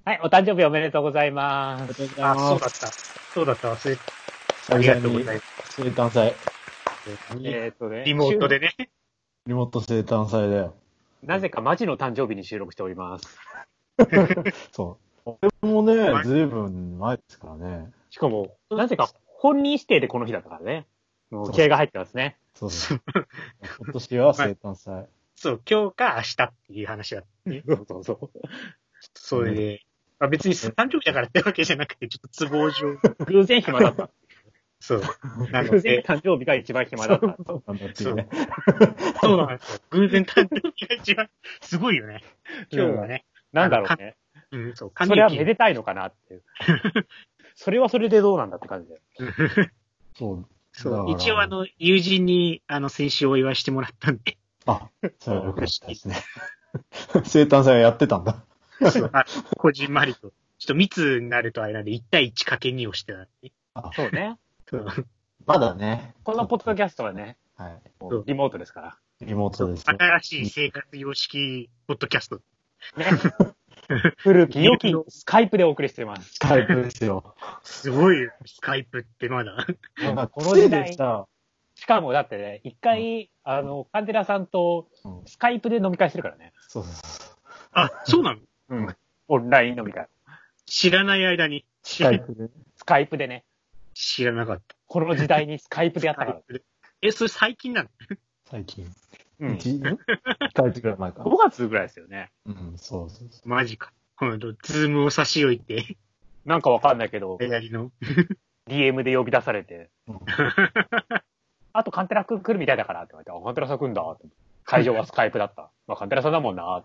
はい、お誕生日おめでとうございます。 あ、そうだった。そうだった。忘れて。あり久々にがとうございます。 生誕祭。 リモートでね。 リモート生誕祭だよ。 なぜかマジの誕生日に収録しております。 そう。俺もね、ずいぶん前ですからね。 しかも、なぜか本人指定でこの日だったからね。もう気合が入ってますね。 そうそう。今年は生誕祭。 そう、今日か明日っていう話だったね。 そうそう。 それで、別に誕生日だからってわけじゃなくて、ちょっと都合上。 偶然暇だった。 そう。なの偶然で、 誕生日が一番暇だった。 そうなんだっていうね。 そうなんですよ。偶然誕生日が一番、すごいよね。今日はね。 なんだろうね。 そう、 それはめでたいのかなっていう。それはそれでどうなんだって感じだよ。 そう。 一応友人に、先週お祝いしてもらったんで。 あ、それはよかったですね。生誕祭はやってたんだ。 そう、こじんまりと。ちょっと密になるとあれなんで、1対1かけ2をしてたんで。 そうね。 まだね。 このポッドキャストはね、 はい。 リモートですから。 リモートですよ。 新しい生活様式ポッドキャスト。 ね。古き良きスカイプでお送りしてます。 スカイプですよ。 すごいよ、スカイプってまだ。 この時代さ、しかもだってね、一回、カンテラさんとスカイプで飲み会してるからね。 そうそうそう。 あ、そうなの？ うん。オンライン飲み会。 知らない間に。 スカイプで。 スカイプでね。 知らなかった。 この時代にスカイプでやったから。 それ最近なの？ 最近。 うん。 1ヶ月ぐらい前か。 5月ぐらいですよね。 うん、そうそうそう。 マジか。今度、ズームを差し置いて。 なんかわかんないけど、 やりの。 DM で呼び出されて。あとカンテラ来るみたいだからって言われて、カンテラさん来んだって。会場はスカイプだった。カンテラさんだもんなって。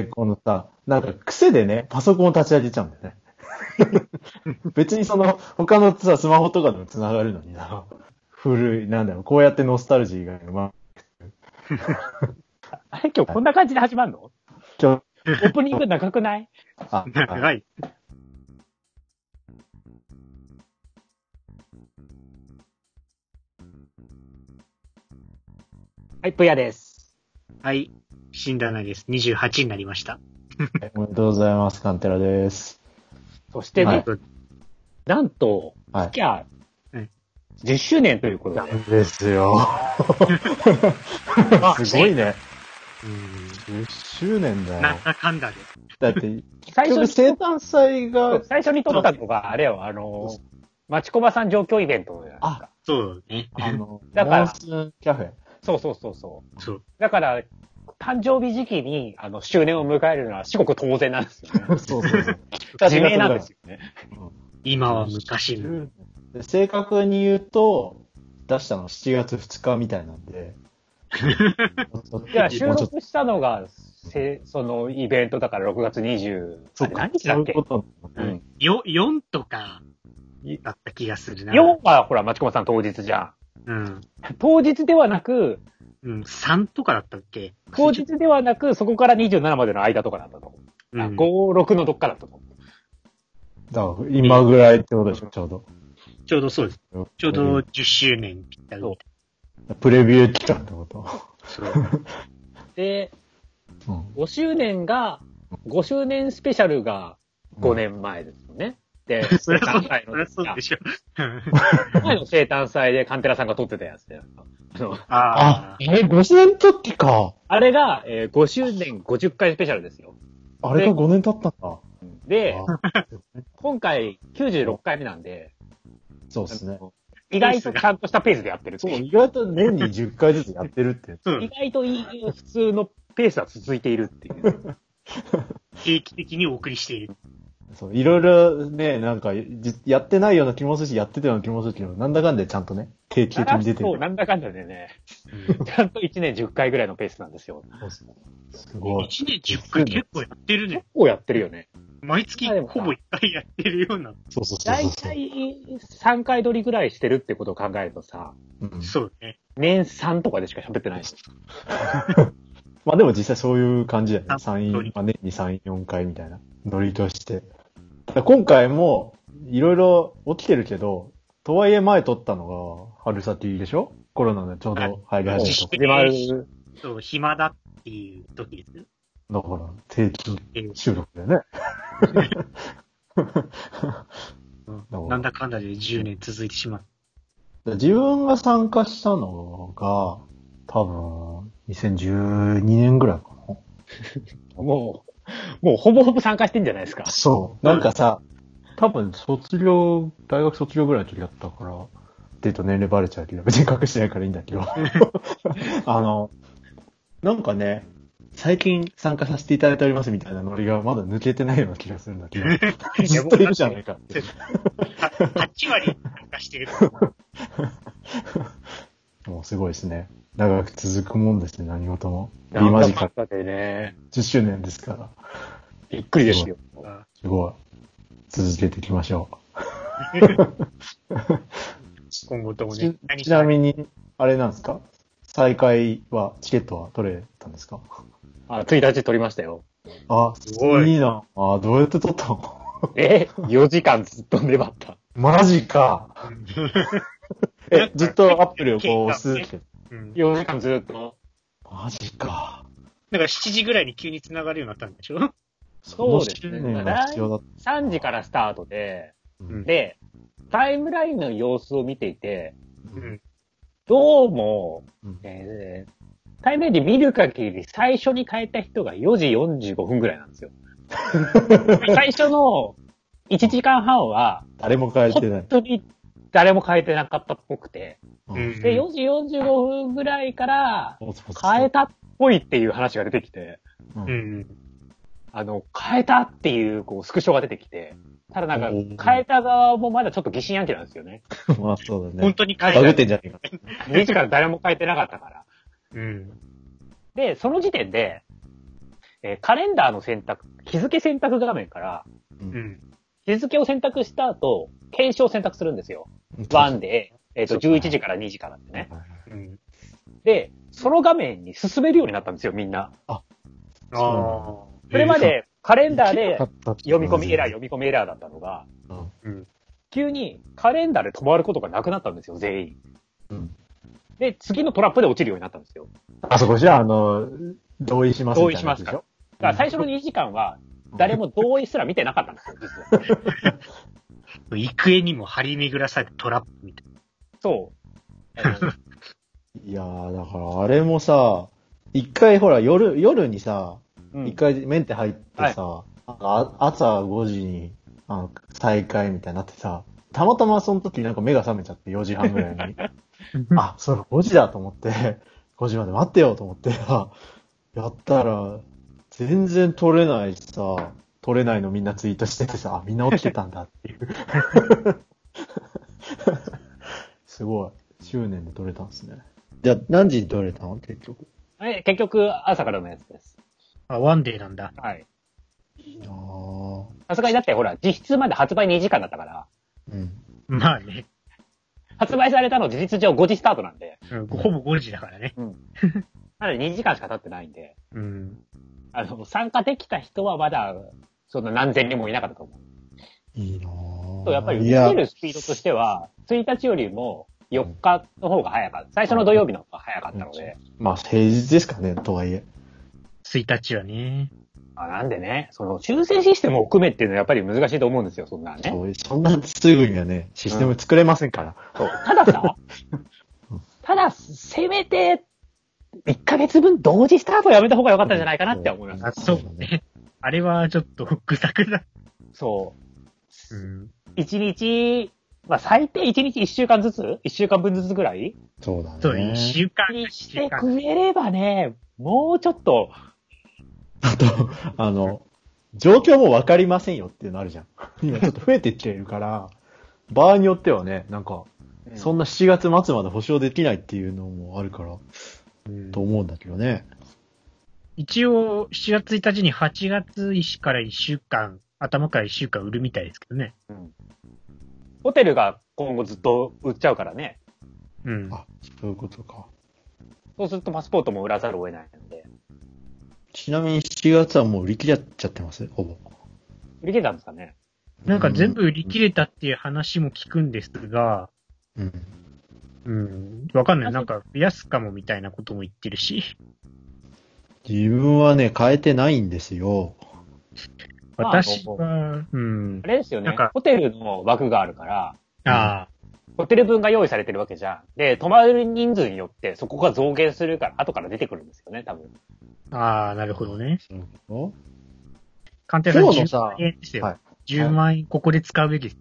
このさ、なんか癖でね、パソコンを立ち上げちゃうんだよね。別に他のさ、スマホとかでも繋がるのにな。古い、なんだろう、こうやってノスタルジーがうまく。 あれ今日こんな感じで始まるの？ 今日、 オープニング長くない？ 長い。 はい、ぷやです。 はい、死んだないです。28になりました。 おめでとうございます、カンテラです。 そしてね、なんと、 はい、 スキャー、10周年ということで。 ですよ。すごいね。10周年だよ。 なんだかんだで。 だって、最初生誕祭が、 最初に撮ったのが、あれよ、町コバさん上京イベントじゃないですか。 そうね。 だから、 モンスキャフェ。 そう。だから、誕生日時期に、周年を迎えるのは至極当然なんですよね。 そう。 自明なんですよね。 今は昔の。 正確に言うと、出したの7月2日みたいなんで。 いや、収録したのが、そのイベントだから6月20、何日だっけ？ 4とか、だった気がするな。 4はほら、町コバさん当日じゃん。当日ではなく、 3とかだったっけ？ 当日ではなく、そこから27までの間とかだったと思う。5、6のどっかだったと思う。 だから今ぐらいってことでしょ、ちょうど。 ちょうどそうです。ちょうど10周年ぴったり。 プレビュー期間ってこと。 そう。 で、5周年スペシャルが5年前ですよね。で、 それはそうでしょ。 前の生誕祭でカンテラさんが撮ってたやつだよ。 5周年経ってか。 あれが、5周年50回スペシャルですよ。 あれが5年経ったんだ。 で、今回96回目なんで、 そうですね。 意外とちゃんとしたペースでやってる。 そう、意外と年に10回ずつやってるって。 意外と普通のペースは続いているっていう。 定期的にお送りしている。 そう、いろいろね、なんか、やってないような気もするし、やってたような気もするけど、なんだかんでちゃんとね、定期的に出てる。 そう、なんだかんだでね、ちゃんと1年10回ぐらいのペースなんですよ。 すごい。 1年10回結構やってるね。 結構やってるよね。 毎月ほぼ1回やってるような。 そう。 だいたい3回撮りぐらいしてるってことを考えるとさ、 そうね。 年3とかでしか喋ってない。 まあでも実際そういう感じだよね。年に3、4回みたいなノリとして。今回もいろいろ起きてるけど、とはいえ前撮ったのが春先でしょ？コロナでちょうど入り始めた。 始まる。 そう、暇だっていう時ですよ。 だから、定期収録だよね。 なんだかんだで10年続いてしまう。 自分が参加したのが、多分、2012年ぐらいかな。 もうほぼほぼ参加してんじゃないですか。 そう。なんかさ、多分大学卒業ぐらいの時だったから、って言うと年齢バレちゃうけど、別に隠してないからいいんだけど。なんかね、最近参加させていただいておりますみたいなノリがまだ抜けてないような気がするんだけど、ずっといるじゃないかって。 8割参加してる。 もうすごいですね。長く続くもんですね、何事も。 なんだかんだでね。 10周年ですから。 びっくりですよ。 すごい。続けていきましょう。 今後ともね。 ちなみに、あれなんですか？再開は、チケットは取れたんですか ？1日取りましたよ。 あ、すごい。いいな。どうやって取ったの ？4時間ずっと粘った。 マジか。ずっとアップルをこう押し続けて。 4時間ずっと。 マジか。 だから7時ぐらいに急に繋がるようになったんでしょ？ そうですね。3時からスタートで、で、タイムラインの様子を見ていて、どうも、タイムラインで見る限り最初に変えた人が4時45分ぐらいなんですよ。最初の1時間半は、 誰も変えてない。 本当に誰も変えてなかったっぽくて、で、4時45分ぐらいから変えたっぽいっていう話が出てきて、変えたっていう、スクショが出てきて、ただなんか、変えた側もまだちょっと疑心暗鬼なんですよね。 まあそうだね。 本当に変えた。 バグってんじゃねえか。 2時から誰も変えてなかったから。で、その時点で、カレンダーの日付選択画面から、日付を選択した後、検証を選択するんですよ。1で、11時から2時からってね。で、その画面に進めるようになったんですよ、みんな。それまでカレンダーで読み込みエラーだったのが、急にカレンダーで止まることがなくなったんですよ、全員。で、次のトラップで落ちるようになったんですよ。 あそこじゃあ、同意します。 同意しますから。だから最初の2時間は、誰も同意すら見てなかったんですよ、実は。 幾重にも張り巡らされたトラップみたいな。 そう。 いやー、だからあれもさ、一回ほら夜にさ、一回メンテ入ってさ、朝5時に再開みたいになってさ、たまたまその時なんか目が覚めちゃって4時半ぐらいに。それ5時だと思って、5時まで待ってよと思ってやったら、全然取れないしさ、取れないのみんなツイートしててさ、みんな起きてたんだっていう。すごい。執念で取れたんですね。じゃあ何時に取れたの結局。 結局朝からのやつです。 ワンデーなんだ。 はい。 いいなぁ。 さすがにだってほら、実質まで発売2時間だったから。 まあね。 発売されたの事実上5時スタートなんで。 ほぼ5時だからね。 なので2時間しか経ってないんで。参加できた人はまだ、そんな何千人もいなかったと思う。 いいなぁ。 やっぱり受けるスピードとしては、1日よりも4日の方が早かった。最初の土曜日の方が早かったので。 まあ平日ですかね、とはいえ。 1日はね。 なんでね、その抽選システムを組めっていうのはやっぱり難しいと思うんですよ、そんなね。 そんなすぐにはね、システム作れませんから。 そう。ただ、せめて、1ヶ月分同時スタートをやめた方が良かったんじゃないかなって思います。 そうね。あれはちょっとぐさぐさ。 そう。1日、最低1日1週間ずつ ?1 週間分ずつぐらいそうだね。 そう、1週間にしてくれればね、もうちょっと。 あと、状況もわかりませんよっていうのあるじゃん。今ちょっと増えてきているから、場合によってはね、なんか、そんな7月末まで保証できないっていうのもあるから、と思うんだけどね。 一応、7月1日に8月から1週間、頭から1週間売るみたいですけどね。 ホテルが今後ずっと売っちゃうからね。 そういうことか。 そうするとパスポートも売らざるを得ないので。 ちなみに7月はもう売り切れちゃってますほぼ。 売り切れたんですかね。 なんか全部売り切れたっていう話も聞くんですが、わかんない。なんか増やすかもみたいなことも言ってるし。 自分はね、変えてないんですよ。 私は、うん。 あれですよねなんか。 ホテルの枠があるから、 ああ、 ホテル分が用意されてるわけじゃん。で、泊まる人数によってそこが増減するから、後から出てくるんですよね、多分。 ああ、なるほどね。 なるほど。 鑑定さん10 今日のさ万円ですよ。 はい 10万円ここで使うべきです。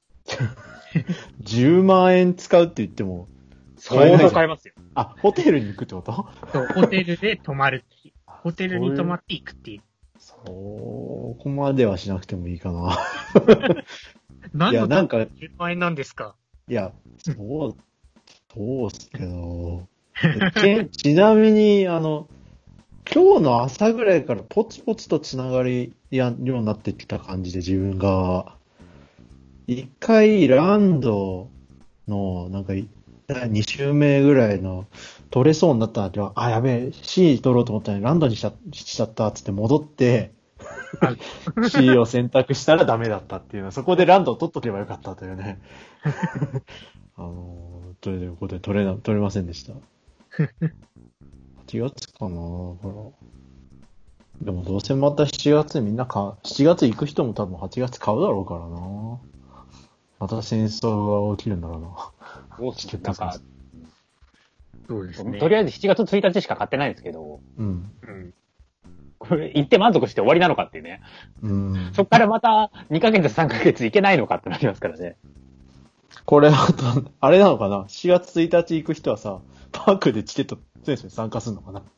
10万円使うって言っても、 相当買えますよ。 あ、ホテルに行くってことそう、ホテルで泊まるっていう。ホテルに泊まっていくっていう。 そこまではしなくてもいいかな。 何のなんか、 10万円なんですか？ いや、そうっすけど、ちなみに、今日の朝ぐらいからポツポツとつながりようになってきた感じで自分が、一回ランドの、なんか、2週目ぐらいの取れそうになった時は、あ、やべえ、C 取ろうと思ったのにランドにしちゃったっつって戻って、C を選択したらダメだったっていうのは、そこでランドを取っとけばよかったというね。ということで取れませんでした。8月かな、ほら。でもどうせまた7月みんな7月行く人も多分8月買うだろうからな。また戦争が起きるんだろうな。 なんか、 そうですね。 とりあえず7月1日しか買ってないんですけど、 うん。 これ行って満足して終わりなのかっていうね。 うん。 そっからまた2ヶ月3ヶ月行けないのかってなりますからね。 これあれなのかな ?4 月1日行く人はさ、パークでチケット選手に参加するのかな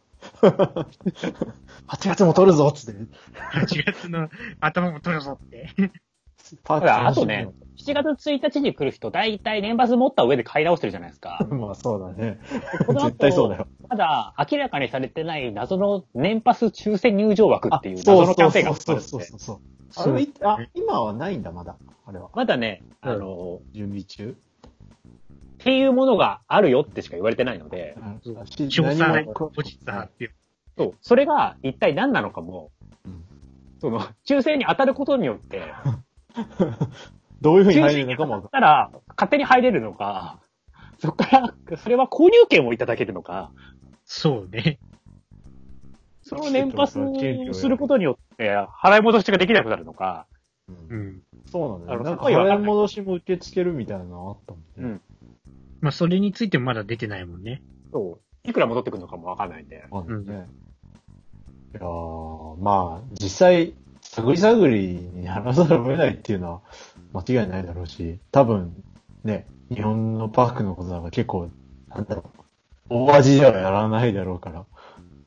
8月も取るぞっつって。 8月の頭も取るぞって。 パークあとね、7月1日に来る人、だいたい年パス持った上で買い直してるじゃないですか。 まあそうだね。 この後絶対そうだよ。 まだ明らかにされてない謎の年パス抽選入場枠っていう謎のキャンペーンがそうあるんで。 そう今はないんだ、まだ。あれは。 まだね、 準備中っていうものがあるよってしか言われてないので、 詳細な後日発表。 そう、それが一体何なのかも、抽選に当たることによって、 どういうふうに入れるのかも分かったら、勝手に入れるのか、そこから、それは購入券をいただけるのか、 そうね。 その年パスをすることによって、払い戻しができなくなるのか、 うん。そうなんだよ。なんか払払い戻しも受け付けるみたいなのあったもんね。 まあ、それについてもまだ出てないもんね。 そう。いくら戻ってくるのかもわかんないんで。 いやー、まあ、実際、探り探りにやらざるを得ないっていうのは間違いないだろうし、多分、ね、日本のパークのことなんか結構、なんだろう、大味ではやらないだろうから、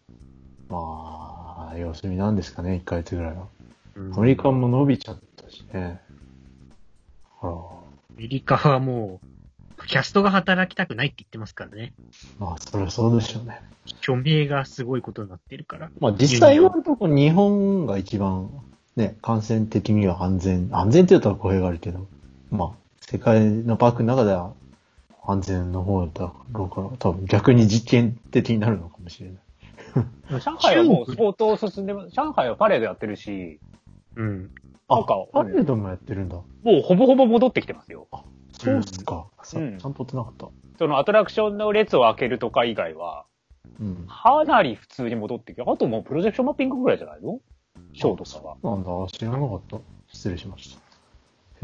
まあ、様子見なんですかね、1ヶ月ぐらいは。アメリカも伸びちゃったしね。 アメリカはもう、キャストが働きたくないって言ってますからね。 まあ、そりゃそうでしょうね。 虚名がすごいことになってるから。 まあ、実際今のところ日本が一番、ね、感染的には安全って言うと語弊があるけど、まあ、世界のパークの中では安全の方だろうから、多分逆に実験的になるのかもしれない。 上海はもう相当進んでます。上海はパレードやってるし、なんか、 パレードもやってるんだ。 もうほぼほぼ戻ってきてますよ。 そうっすか。ちゃんと追ってなかった。 そのアトラクションの列を開けるとか以外は、かなり普通に戻ってきて、あともうプロジェクションマッピングぐらいじゃないの？ショーとかは。 なんだ、知らなかった。失礼しました。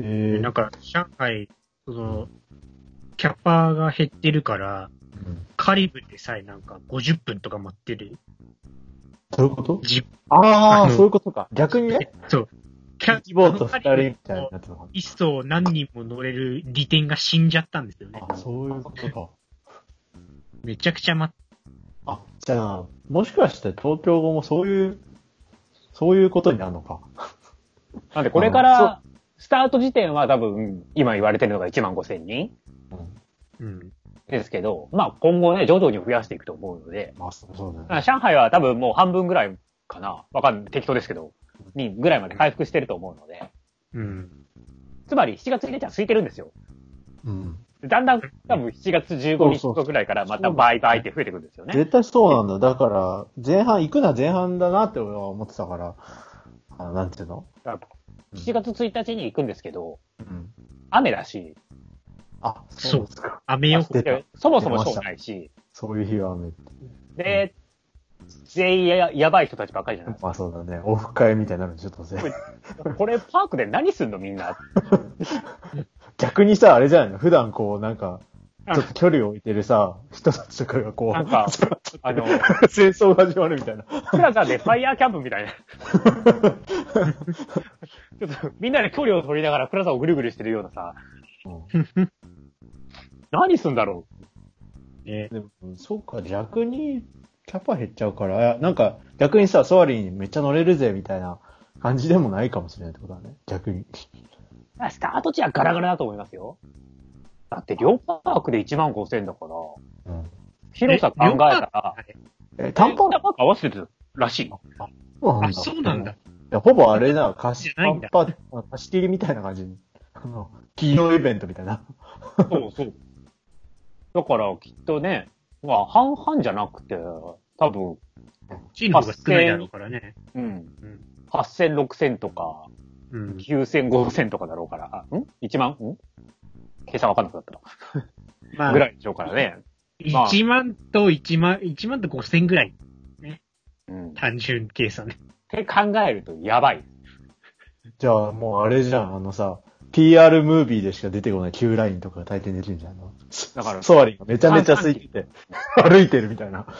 へえ。 なんか、上海、キャッパーが減ってるから、カリブでさえなんか50分とか待ってる。 どういうこと？そういうことか。逆にね。 そう。 希望と2人みたいなやつの。 一層何人も乗れる利点が死んじゃったんですよね。 そういうことか。 めちゃくちゃじゃあ、もしかして東京語もそういうことになるのか。 なんでこれから、スタート時点は多分、今言われてるのが15,000人ですけど、まあ今後ね、徐々に増やしていくと思うので、 まあそうだね。 上海は多分もう半分ぐらいかな、わかんない、適当ですけど、ぐらいまで回復してると思うので、つまり7月1日は空いてるんですよ。だんだん多分7月15日ぐらいからまた倍って増えてくるんですよね。 絶対そうなんだ。だから、前半だなって俺は思ってたから、なんていうの ？7月1日に行くんですけど、雨だし、 そうですか。 雨予報。 そもそもしょうがないし、 そういう日は雨って。 で、 全員やばい人たちばっかりじゃないですか。 まあそうだね。オフ会みたいになるんでしょ、当然。 これパークで何すんのみんな。 逆にさ、あれじゃないの普段こう、なんか、ちょっと距離を置いてるさ、人たちとかがこう、 なんか、 戦争が始まるみたいな。 プラザでファイヤーキャンプみたいな。ちょっとみんなで距離を取りながらプラザをぐるぐるしてるようなさ、何すんだろう。 でも、そうか、逆に、キャパ減っちゃうから、なんか、逆にさ、ソアリンめっちゃ乗れるぜ、みたいな感じでもないかもしれないってことだね。逆に。 スタート地はガラガラだと思いますよ。だって、両パークで15,000だから、広さ考えたら、 単パーク合わせてるらしい。 そうなんだ。いや、ほぼあれな、貸し切りみたいな感じに。企業イベントみたいな。 そうそう。だから、きっとね、まあ、半々じゃなくて、多分、 チームが少ないだろうからね。 8,000、6,000とか、9,000、5,000とかだろうから、1万計算わかんなくなったら。まあ、ぐらいでしょうからね。 1万と5,000ぐらい。ね。単純計算で。 って考えるとやばい。 じゃあもうあれじゃん、PR ムービーでしか出てこない Q ラインとかが大抵出てるんじゃん。だから、ソアリンがめちゃめちゃ空いてて、歩いてるみたいな。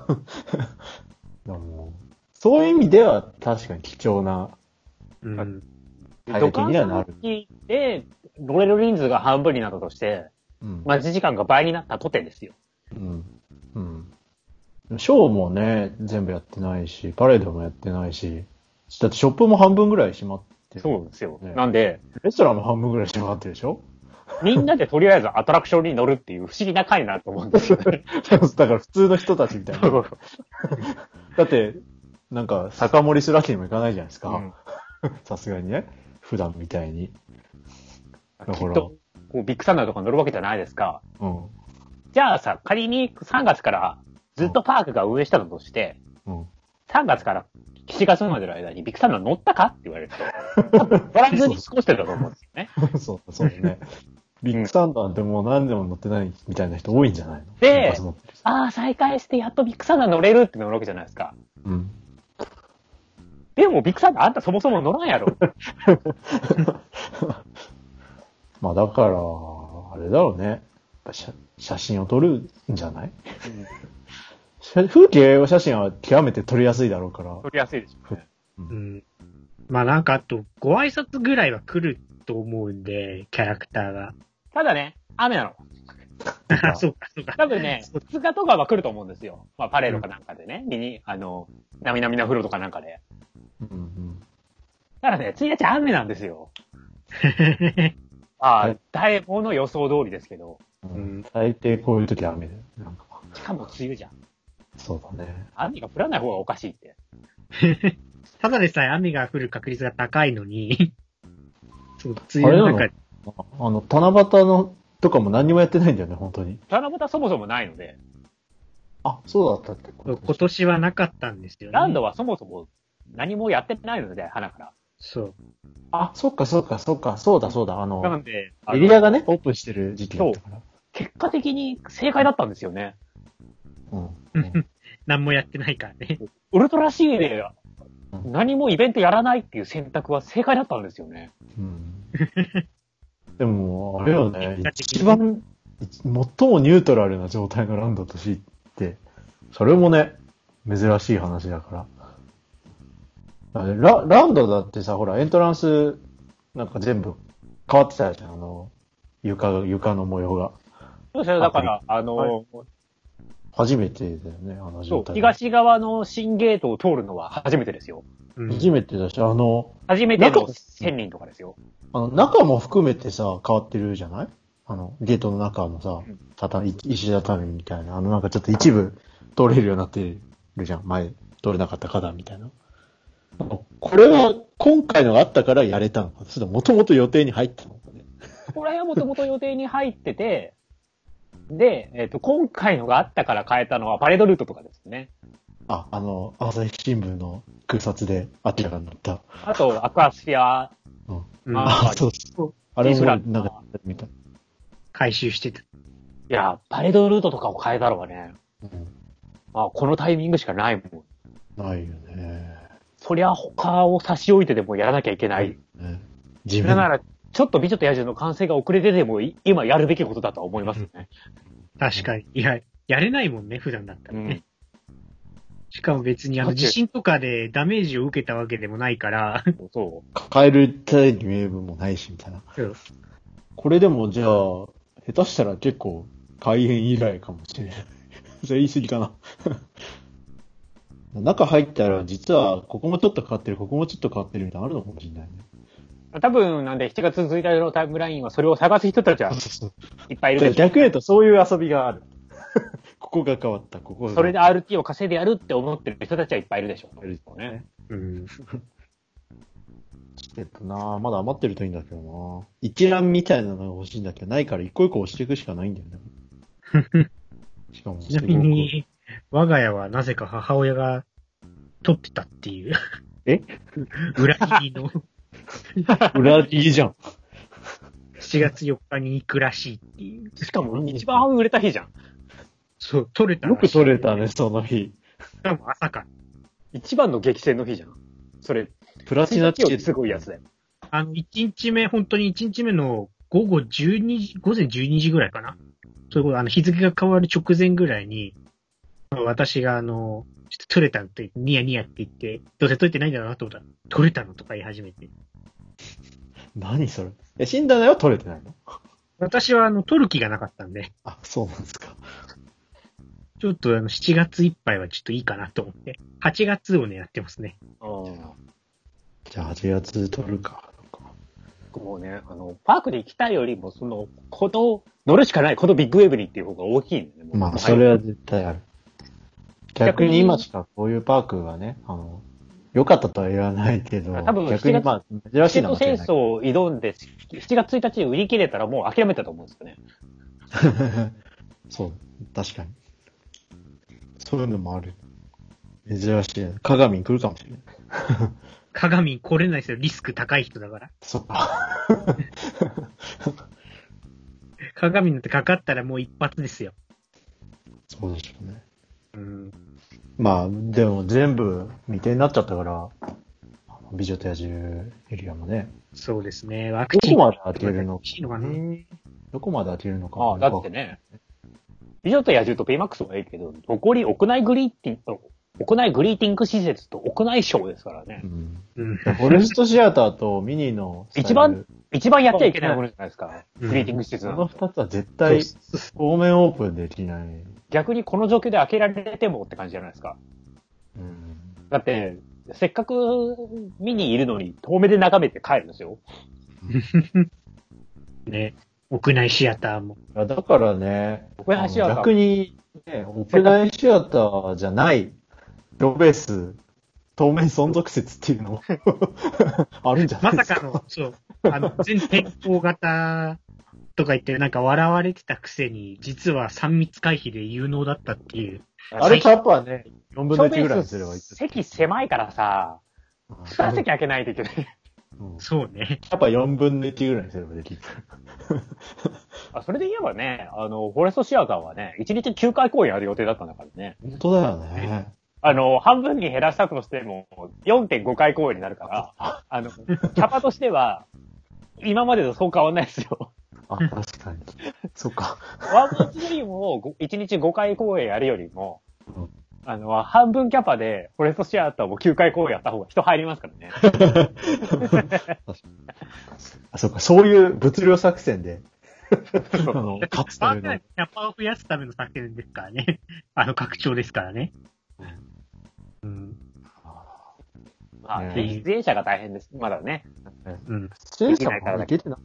そういう意味では確かに貴重な、 体験にはなる。で、乗れる人数が半分になったとして、待ち時間が倍になったとてですよ。 ショーもね、全部やってないし、パレードもやってないし、だってショップも半分ぐらい閉まってる。 そうですよ。なんで、 レストランも半分ぐらい閉まってるでしょみんなでとりあえずアトラクションに乗るっていう不思議な回になると思うんですよね。 だから普通の人たちみたいな。だって、なんか、酒盛りするわけにもいかないじゃないですか。さすがにね。普段みたいに。 だから。こうビッグサンダーとか乗るわけじゃないですか。じゃあさ、仮に3月からずっとパークが運営したのとして、3月から7月までの間にビッグサンダー乗ったかって言われると、乗らずに過ごしてたと思うんですよね。 そうね。ビッグサンダーってもう何でも乗ってないみたいな人多いんじゃないので、再開してやっとビッグサンダー乗れるって乗るわけじゃないですか。でもビッグサンダーあんたそもそも乗らんやろ。 まあだから、あれだろうね。写真を撮るんじゃない、風景写真は極めて撮りやすいだろうから。 撮りやすいでしょうね。まあなんかあと、ご挨拶ぐらいは来ると思うんで、キャラクターが。 ただね、雨なの。 そうか。 多分ね、2日とかは来ると思うんですよ。まあパレードかなんかでね、なみなみな風呂とかなんかで。ただね、1日雨なんですよ。誰もの予想通りですけど。 大抵こういう時雨だよ。 しかも梅雨じゃん。 そうだね。 雨が降らない方がおかしいって。 ただでさえ雨が降る確率が高いのに、そう、梅雨の中で。 七夕のとかも何にもやってないんだよね、本当に。 七夕そもそもないので。 そうだったって。 今年はなかったんですよね。 ランドはそもそも何もやってないので、花から。 そう。 そっか。そうだ。 なんで、 エリアがね、オープンしてる時期だったから。 結果的に正解だったんですよね。 何もやってないからね。 ウルトラシーで何もイベントやらないっていう選択は正解だったんですよね。でも、あれよね、一番、最もニュートラルな状態のランドとして、それもね、珍しい話だから。ランドだってさ、ほら、エントランス、なんか全部変わってたじゃん、床の模様が。 そうですね、だから、 初めてだよね、状態。 そう、東側の新ゲートを通るのは初めてですよ。 初めてだし、 初めての1000人とかですよ。 中も含めてさ、変わってるじゃないゲートの中のさ、石畳みたいな、なんかちょっと一部通れるようになってるじゃん。前、通れなかった花壇みたいな。これは今回のがあったからやれたのか、それともともと予定に入ったのかね。 これはもともと予定に入ってて、で、今回のがあったから変えたのはパレードルートとかですね。 朝日新聞の空撮で明らかになった。 あと、アクアスフィア。 そう。あれもなんか、見た。 回収してた。 いや、パレードルートとかを変えたのはね、 あ、このタイミングしかないもん。 ないよね。 そりゃ他を差し置いてでもやらなきゃいけない。 ね、 それなら、ちょっと美女と野獣の完成が遅れてでも今やるべきことだとは思いますね。 確かに。いや、やれないもんね、普段だったらね。しかも別に地震とかでダメージを受けたわけでもないから。 そう。抱える体に名分もないし、みたいな。そう。これでもじゃあ、下手したら結構開演以来かもしれない。それ言い過ぎかな。中入ったら実はここもちょっと変わってる、ここもちょっと変わってるみたいなのあるのかもしれないね。 多分なんで7月1日のタイムラインはそれを探す人たちはいっぱいいるでしょ。 逆に言うとそういう遊びがある。ここが変わった、ここが。 それで RT を稼いでやるって思ってる人たちはいっぱいいるでしょ。いるでしょうね。 チケットなぁ、まだ余ってるといいんだけどな。一覧みたいなのが欲しいんだけど、ないから一個一個押していくしかないんだよね。 しかもちなみに、我が家はなぜか母親が撮ってたっていう。裏切りの。 裏切りじゃん。 7月4日に行くらしいっていう。 しかも一番売れた日じゃん。 そう、撮れた。 よく撮れたね、その日。 多分朝か。 一番の激戦の日じゃん。それ。 プラチナチケット。 すごいやつだよ。 1日目、本当に1日目の午前12時ぐらいかな。そういうこと、日付が変わる直前ぐらいに、私がちょっと撮れたって、ニヤニヤって言って、どうせ撮れてないんだろうなと思ったら、撮れたのとか言い始めて。 何それ？死んだのは撮れてないの？ 私は撮る気がなかったんで。 あ、そうなんですか。 ちょっと7月いっぱいはちょっといいかなと思って、8月を狙ってますね。 じゃあ8月撮るか。 もうね、パークで行きたいよりも、乗るしかない、このビッグウェーブにっていう方が大きいんだよね。 まあ、それは絶対ある。逆に今しかこういうパークがね、良かったとは言わないけど、 多分逆にまあ、珍しいな。 チケット戦争を挑んで、7月1日に売り切れたらもう諦めたと思うんですよね。 そう、確かに。そういうのもある。珍しい。鏡来るかもしれない。 鏡来れないですよ。リスク高い人だから。 そっか。 鏡なんてかかったらもう一発ですよ。 そうでしょうね。まあ、でも全部未定になっちゃったから、美女と野獣エリアもね。 そうですね。 ワクチン。どこまで開けるのか。どこまで開けるのか。 ああ、だってね。美女と野獣とペイマックスもいいけど、残り屋内グリーティング施設と屋内ショーですからね。 フォレストシアターとミニの一番やっちゃいけないものじゃないですか。グリーティング施設この二つは絶対、当面オープンできない。 逆にこの状況で開けられてもって感じじゃないですか。だって、せっかく見にいるのに遠目で眺めて帰るんですよ。 ね。屋内シアターも。 だからね、 屋内シアター逆に、ね、屋内シアターじゃないロベース当面存続説っていうのもあるんじゃないですか。 まさかの、そう、全天候型とか言ってなんか笑われてたくせに、実は3密回避で有能だったっていう。 あれキャップはね、4分の1ぐらいにすればいい。 席狭いからさ、2席開けないといけない。 そうね。 キャップは4分の1ぐらいにすればできる。 それで言えばね、フォレストシアターはね、1日9回公演ある予定だったんだからね。 本当だよね。 半分に減らしたとしても、4.5 回公演になるから、キャパとしては、今までとそう変わんないですよ。 あ、確かに。そっか。 ワンマンツリーも1日5回公演やるよりも、半分キャパで、フォレストシアターも9回公演やった方が人入りますからね。 あ、そっか、そういう物量作戦で、 勝つための。キャパを増やすための作戦ですからね。拡張ですからね。 まあ、出演者が大変です。まだね。 出演者が出てない。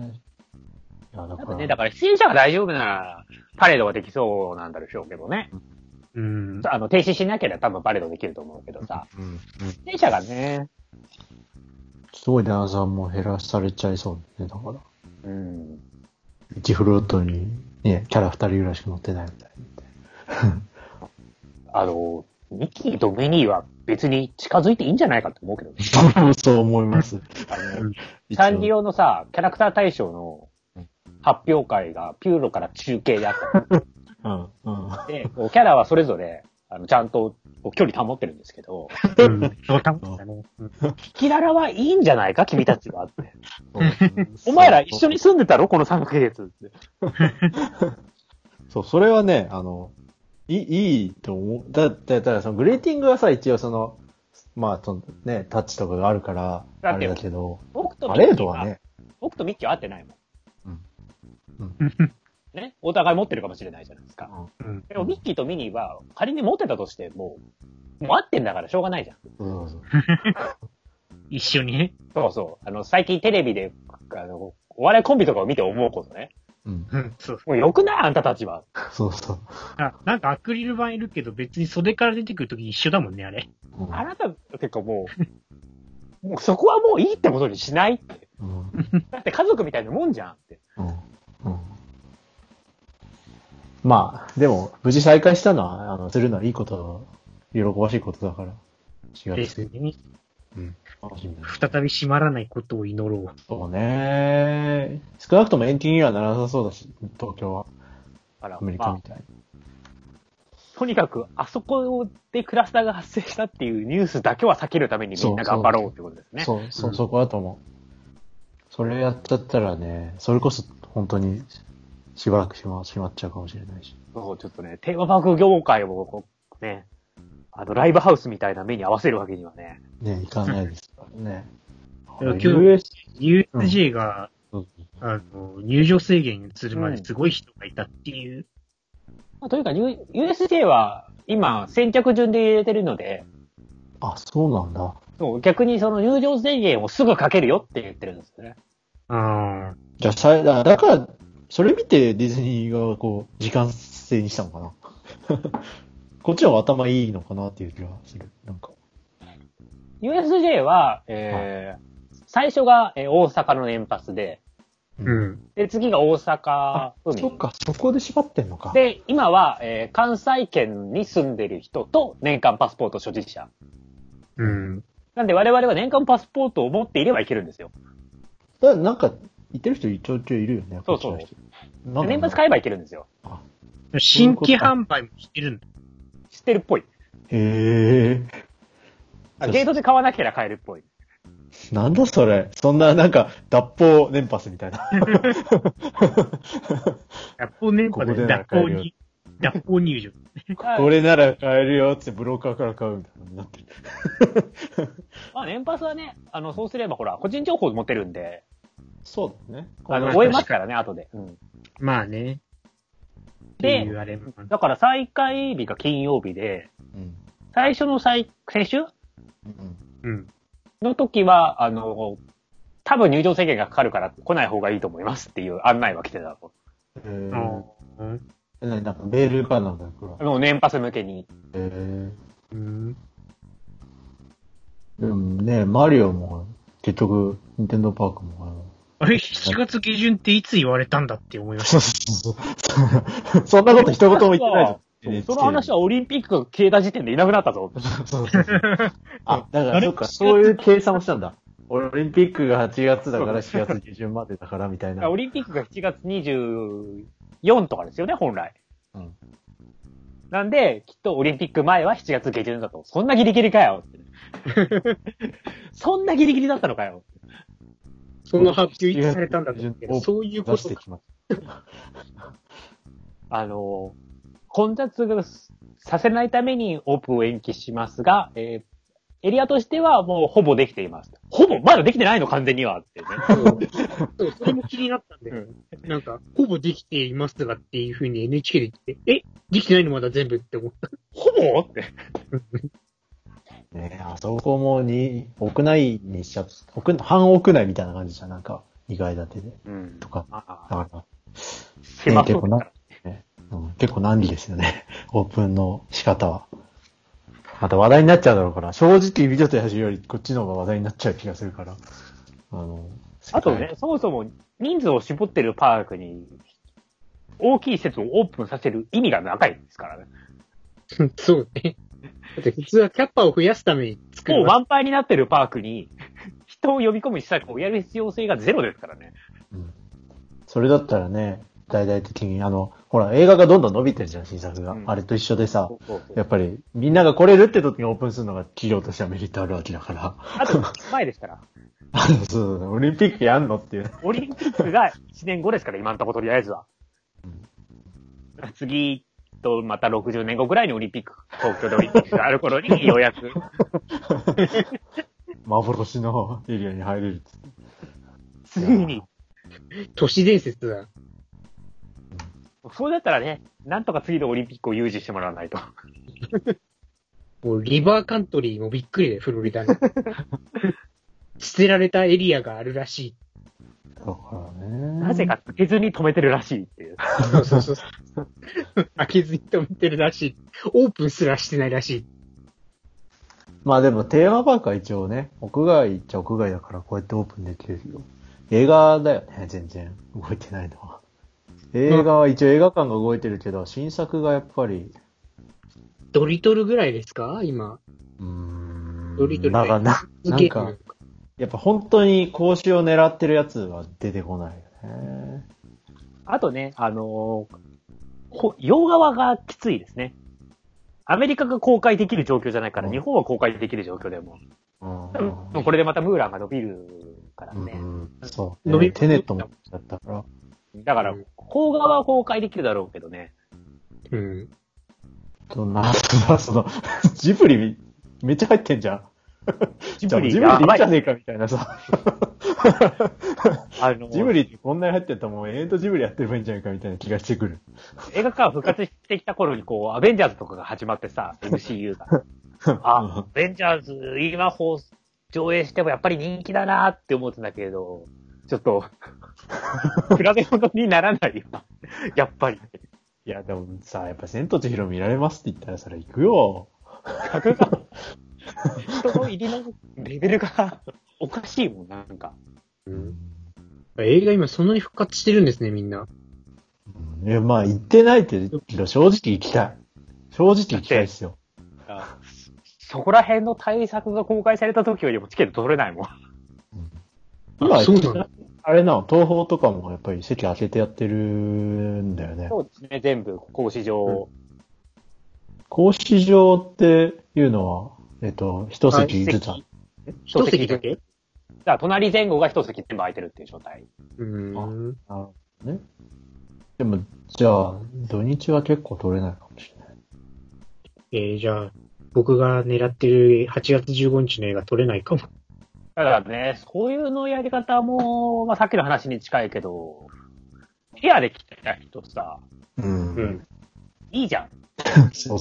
だから出演者が大丈夫なら、パレードができそうなんだでしょうけどね。停止しなければ多分パレードできると思うけどさ。出演者がね。 すごいダンサーも減らされちゃいそうね、だから。1フロートに、ね、キャラ2人ぐらいしか乗ってないみたいな。 ミキとミニーは別に近づいていいんじゃないかと思うけどね。 そう思います。 サンリオのさ、キャラクター大賞の発表会がピューロから中継であった。で、キャラはそれぞれ、 ちゃんと距離保ってるんですけど、 うん。そう、多分だね。 キキララはいいんじゃないか君たちはって。お前ら一緒に住んでたろこの3ヶ月って。 そう、それはね、いいと思う。だってそのグレーティングはさ、一応まあ、ね、タッチとかがあるから、あれだけど、パレードはね。 僕とミッキーは会ってないもん。 うん。 ね、お互い持ってるかもしれないじゃないですか。 うん。 でもミッキーとミニーは仮に持ってたとしてもう会ってんだからしょうがないじゃん。 そうそう。 一緒にね。 そうそう。最近テレビで、お笑いコンビとかを見て思うことね。 うん。 そう。 もう良くないあんたたちは。 そうそう。 なんかアクリル板いるけど別に袖から出てくるとき一緒だもんね、あれ。 あなた、てかもうそこはもういいってことにしないって。 うん、 だって家族みたいなもんじゃんって。 うん。うん。まあ、でも、無事再開したのは、するのはいいこと、喜ばしいことだから。 違うですね。 うん。 再び閉まらないことを祈ろう。 そうね。少なくとも延期にはならなさそうだし、東京は。アメリカみたいに。 とにかく、あそこでクラスターが発生したっていうニュースだけは避けるためにみんな頑張ろうってことですね。 そこだと思う。それやっちゃったらね、それこそ本当にしばらくしまっちゃうかもしれないし。 そう、ちょっとね、テーマパーク業界をね、ライブハウスみたいな目に合わせるわけにはね。 ね、いかないですからね。 今日、USJ が、入場制限するまですごい人がいたっていう。 というか、USJ は今、先着順で入れてるので。 あ、そうなんだ。 そう、逆にその入場制限をすぐかけるよって言ってるんですよね。 じゃあだから、それ見てディズニーが時間制にしたのかな。こっちは頭いいのかなっていう気がする。なんか。 USJ は、最初が大阪の年パスで、 うん。 で、次が大阪そっか、そこで縛ってんのか。 で、今は、関西圏に住んでる人と年間パスポート所持者。 うん。 なんで我々は年間パスポートを持っていればいけるんですよ。 なんか、言ってる人ちょいちょいいるよね。 そうそう。年パス買えばいけるんですよ。 新規販売もしてるんだ。 知ってるっぽい。 へー。ゲートで買わなければ買えるっぽい。 なんだそれ。そんななんか、脱法年パスみたいな。 脱法年パスで脱法入場。 これなら買えるよってブローカーから買うみたいになってる。 まあ年パスはね、そうすればほら、個人情報持てるんで。 そうだね。 終えますからね、後で。うん。 まあね。 で、だから再開日が金曜日で、 うん、 最初の先週、 うん、 の時は、多分入場制限がかかるから来ない方がいいと思いますっていう案内は来てたと。 なんかメールかなんだよ。 年パス向けに。 でもね、マリオも結局、ニンテンドーパークもあれ、7月下旬っていつ言われたんだって思いました。 そんなこと一言も言ってないじゃん。その話はオリンピックが消えた時点でいなくなったぞ。 あ、だからそっか、そういう計算をしたんだ。オリンピックが8月だから7月下旬までだからみたいな。 オリンピックが7月24とかですよね、本来。 うん。 なんで、きっとオリンピック前は7月下旬だと。そんなギリギリかよ。そんなギリギリだったのかよ。 その発表いつされたんだと思うけど、そういうことか。 混雑させないためにオープンを延期しますが、エリアとしてはもうほぼできています。ほぼまだできてないの完全にはってね。 そう、それも気になったんで、なんか、ほぼできていますがっていう風に NHK で言って、できてないのまだ全部って思った。 ほぼって。 ねえ、あそこも屋内にしちゃ半屋内みたいな感じじゃん、なんか、2階建てで。とか。だから、 狭そうだからね。結構難儀ですよね。オープンの仕方は。また話題になっちゃうだろうから、正直美女と野獣よりこっちの方が話題になっちゃう気がするから。 あとね、そもそも人数を絞ってるパークに大きい施設をオープンさせる意味が長いですからね。 そうね。だって普通はキャッパを増やすために作る。 もう満杯になってるパークに人を呼び込む施策をやる必要性がゼロですからね。 それだったらね、大々的にほら、映画がどんどん伸びてるじゃん、新作が。あれと一緒でさ、やっぱり、みんなが来れるって時にオープンするのが企業としてはメリットあるわけだから。 あと、前ですから。 そう、オリンピックやんのっていう。 オリンピックが1年後ですから、今んとこ、とりあえずは。次と、また60年後ぐらいにオリンピック、東京でオリンピックがある頃に、ようやく。 幻のエリアに入れる。 ついに。 都市伝説だ。 そうだったらね、なんとか次のオリンピックを有事してもらわないと。 もうリバーカントリーもびっくりで、フロリダの。捨てられたエリアがあるらしい。 だからね。 なぜか開けずに止めてるらしいっていう。 そう。開けずに止めてるらしい。オープンすらしてないらしい。 まあでもテーマパークは一応ね、屋外っちゃ屋外だからこうやってオープンできるよ。映画だよね、全然動いてないのは。映画は一応映画館が動いてるけど、新作がやっぱり。 ドリトルぐらいですか今。ドリトル。 なんか、やっぱ本当に講師を狙ってるやつは出てこないよね。 あとね、洋側がきついですね。アメリカが公開できる状況じゃないから、日本は公開できる状況でも。これでまたムーランが伸びるからね。 そう。伸びテネットもだったから。 だから、邦画は公開できるだろうけどね。 その、ジブリめっちゃ入ってんじゃん。ジブリでいいんじゃねえかみたいなさ。ジブリってこんなに入ってたらもうジブリやってればいいんじゃないかみたいな気がしてくる。 映画館復活してきた頃にこう、アベンジャーズとかが始まってさ、MCU が。アベンジャーズ今上映してもやっぱり人気だなーって思ってたけど、ちょっと、比べ物にならないよ。やっぱり。 いや、でもさ、やっぱ千と千尋見られますって言ったらそれ行くよ。 格が、人の入りのレベルがおかしいもん、なんか。 映画今そんなに復活してるんですね、みんな。 いや、まあ行ってないけど、正直行きたい。正直行きたいですよ。 そこら辺の対策が公開された時よりもチケット取れないもん。 今、そうなの？あれな、東宝とかもやっぱり席開けてやってるんだよね。 そうですね、全部、格子状。 格子状っていうのは、一席ずつ。 一席だけ？ だから隣前後が一席全部空いてるっていう状態。 なるほどね。でも、じゃあ、土日は結構取れないかもしれない。 じゃあ、僕が狙ってる8月15日の映画撮れないかも。 だからね、そういうのやり方も、まあさっきの話に近いけど、ペアで来た人さ、いいじゃん。 そう。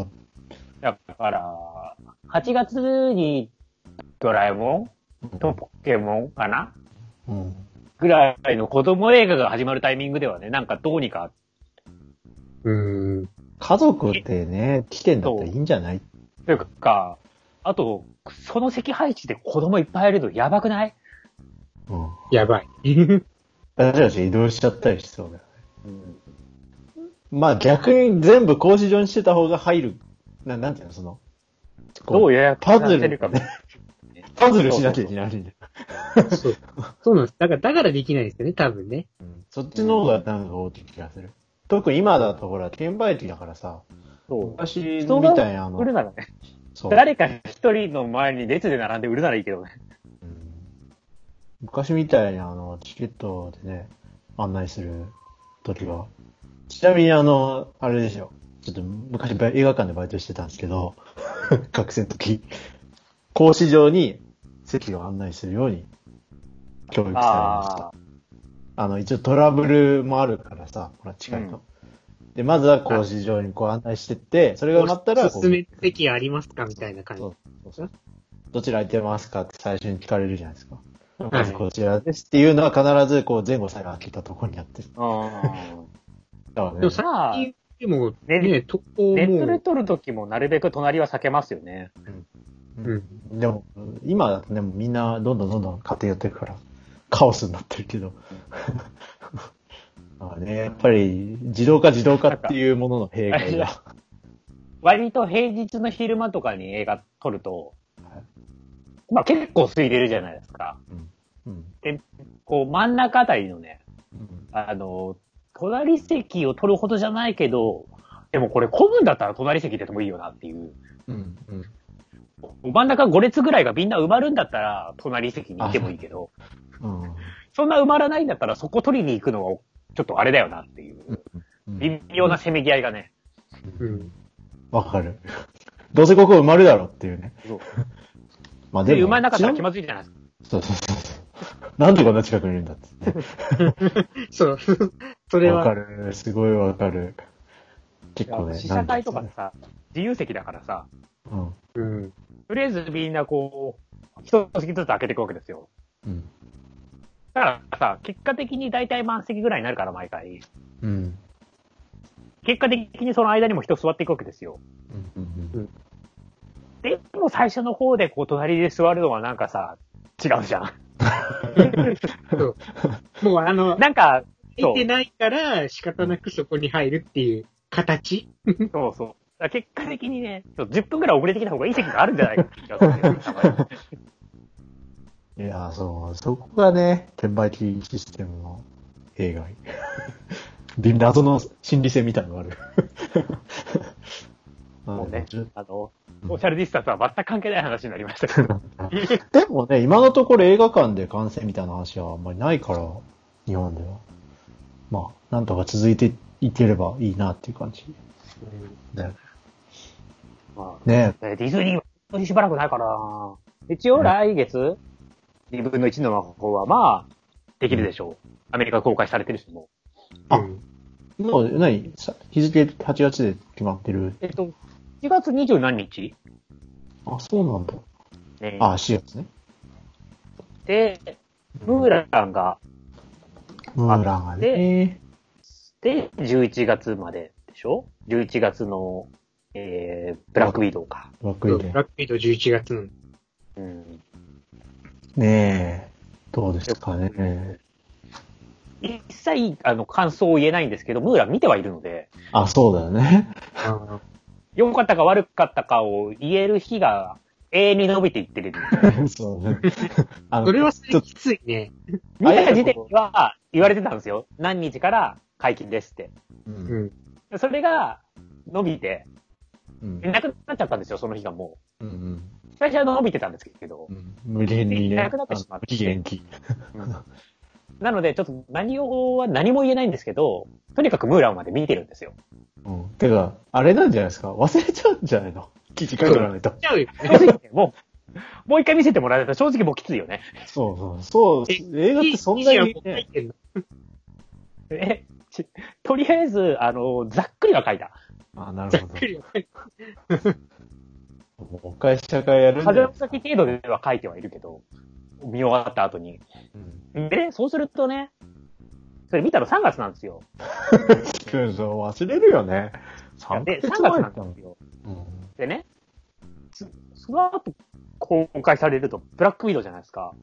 だから、8月にドラえもんとポケモンかなぐらいの子供映画が始まるタイミングではね、なんかどうにか。 家族ってね、来てんだったらいいんじゃない？ というか、あと、その席配置で子供いっぱいいるのやばくない？ やばい。 私たち移動しちゃったりしそうだよね。まあ逆に全部格子状にしてた方が入る。なんていうの、その。 どう予約パズルかね。パズルしなきゃいけないんだよ。 そうなんです。だからできないですよね、多分ね。 そっちの方がなんか大きい気がする。特に今だとほら、券売機だからさ。昔みたいな売るならね。誰か一人の前に列で並んで売るならいいけどね。 昔みたいにチケットでね、案内する時は。ちなみにあれでしょ。ちょっと昔映画館でバイトしてたんですけど、学生の時、格子状に席を案内するように教育されました。一応トラブルもあるからさ、ほら近いと。で、まずは格子状にこう案内してって、それが埋まったら、 おすすめ席ありますかみたいな感じ。 そう。どちら空いてますかって最初に聞かれるじゃないですか。まずこちらですっていうのは必ずこう前後さえ開けたところにやってる。 でもさ、でもね、 ネットで撮るときもなるべく隣は避けますよね。 でも、今だとね、みんなどんどん勝手にやってるから、カオスになってるけど。まあね、やっぱり自動化っていうものの弊害が。 割と平日の昼間とかに映画撮ると、まあ結構空いてるじゃないですか。で、こう真ん中あたりのね、 隣席を取るほどじゃないけど、でもこれ混むんだったら隣席出てもいいよなっていう。 うんうん。 真ん中5列ぐらいがみんな埋まるんだったら隣席にいてもいいけど、 うん、 そんな埋まらないんだったらそこ取りに行くのはちょっとあれだよなっていう。微妙なせめぎ合いがね。 うん。わかる。どうせここ埋まるだろっていうね。そう。 まあでも。埋まらなかったら気まずいじゃないですか。 そうそうそう。なんでこんな近くにいるんだって。 そう。それは。 わかる。すごいわかる。結構ね。 試写会とかさ、自由席だからさ。 うん。 うん。とりあえずみんなこう、一席ずつ開けていくわけですよ。うん。だからさ、結果的に大体満席ぐらいになるから、毎回。うん。結果的にその間にも人座っていくわけですよ。うんうんうん。でも最初の方でこう隣で座るのはなんかさ、違うじゃん。 そうもうなんか、 見てないから仕方なくそこに入るっていう形そうそう。結果的にね、10分くらい遅れてきた方がいい席があるんじゃないかって気がする、ね。 いや、そう、そこがね、券売機システムの弊害。謎の心理戦みたいなのがある。 もうね、ソーシャルディスタンスは全く関係ない話になりましたけど。 でもね、今のところ映画館で観戦みたいな話はあんまりないから、日本では。まあ、なんとか続いていければいいなっていう感じ。ね。 まあ、ねディズニーは本当にしばらくないからな。一応来月、2分の1の方はまあ、できるでしょう。アメリカ公開されてるしも。 あ、もう何日付8月で決まってる。 7月20何日？ あ、そうなんだ。ね、あ、4月ね。 で、ムーランがね。で、11月まででしょ？ 11 月の、ブラックウィドウか。 ブラックウィドウ11月の。 うん。ねえ、どうですかね。 一切、感想を言えないんですけど、ムーラン見てはいるので。 あ、そうだよね。 良かったか悪かったかを言える日が永遠に伸びていってる。 そうね。それはきついね。 見た時点では言われてたんですよ。何日から解禁ですって。うん、それが伸びて、なくなっちゃったんですよ、その日がもう。うんうん、最初は伸びてたんですけど。 無限にね。 なくなってしまって。 期限期。 なので、ちょっと何も言えないんですけど、とにかくムーランまで見てるんですよ。 てか、あれなんじゃないですか？忘れちゃうんじゃないの？記事書いてらないと。 もう一回見せてもらえたら正直もうきついよね。 そう。映画ってそんなに、ね、 とりあえず、ざっくりは書いた。 あ、なるほど。ざっくりは書いた。もう会社会やるん風の先程度では書いてはいるけど、見終わった後に。で、そうするとね、それ見たの3月なんですよ。 忘れるよね。 で、3月なんですよ。でね、その後公開されるとブラックウィドウじゃないですか。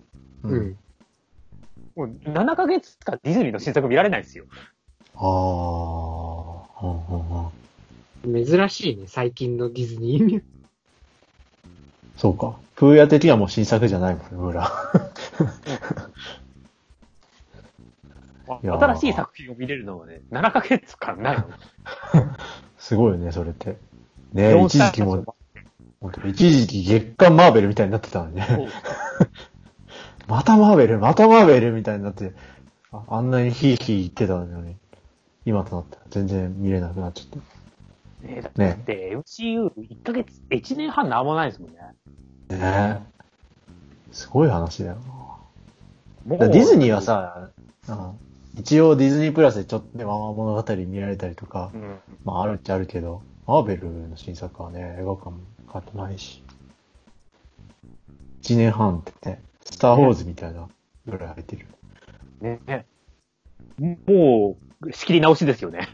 もう7ヶ月間ディズニーの新作見られないんですよ。 珍しいね、最近のディズニー。 そうか。プーヤ的にはもう新作じゃないもんね、裏。 新しい作品を見れるのはね、7ヶ月間ないの。 すごいよね、それって。ね、一時期月刊マーベルみたいになってたのにね。またマーベルみたいになって、あんなにヒーヒー言ってたのに、今となったら全然見れなくなっちゃった。 だって MCU1 年半なんもないですもんね。 ねえ。すごい話だよな。ディズニーはさ、一応ディズニープラスでちょっとね、ママ物語見られたりとか、まああるっちゃあるけど、マーベルの新作はね、映画館も買ってないし。1年半ってね、スターウォーズみたいなぐらい入ってる。 ね。もう、仕切り直しですよね。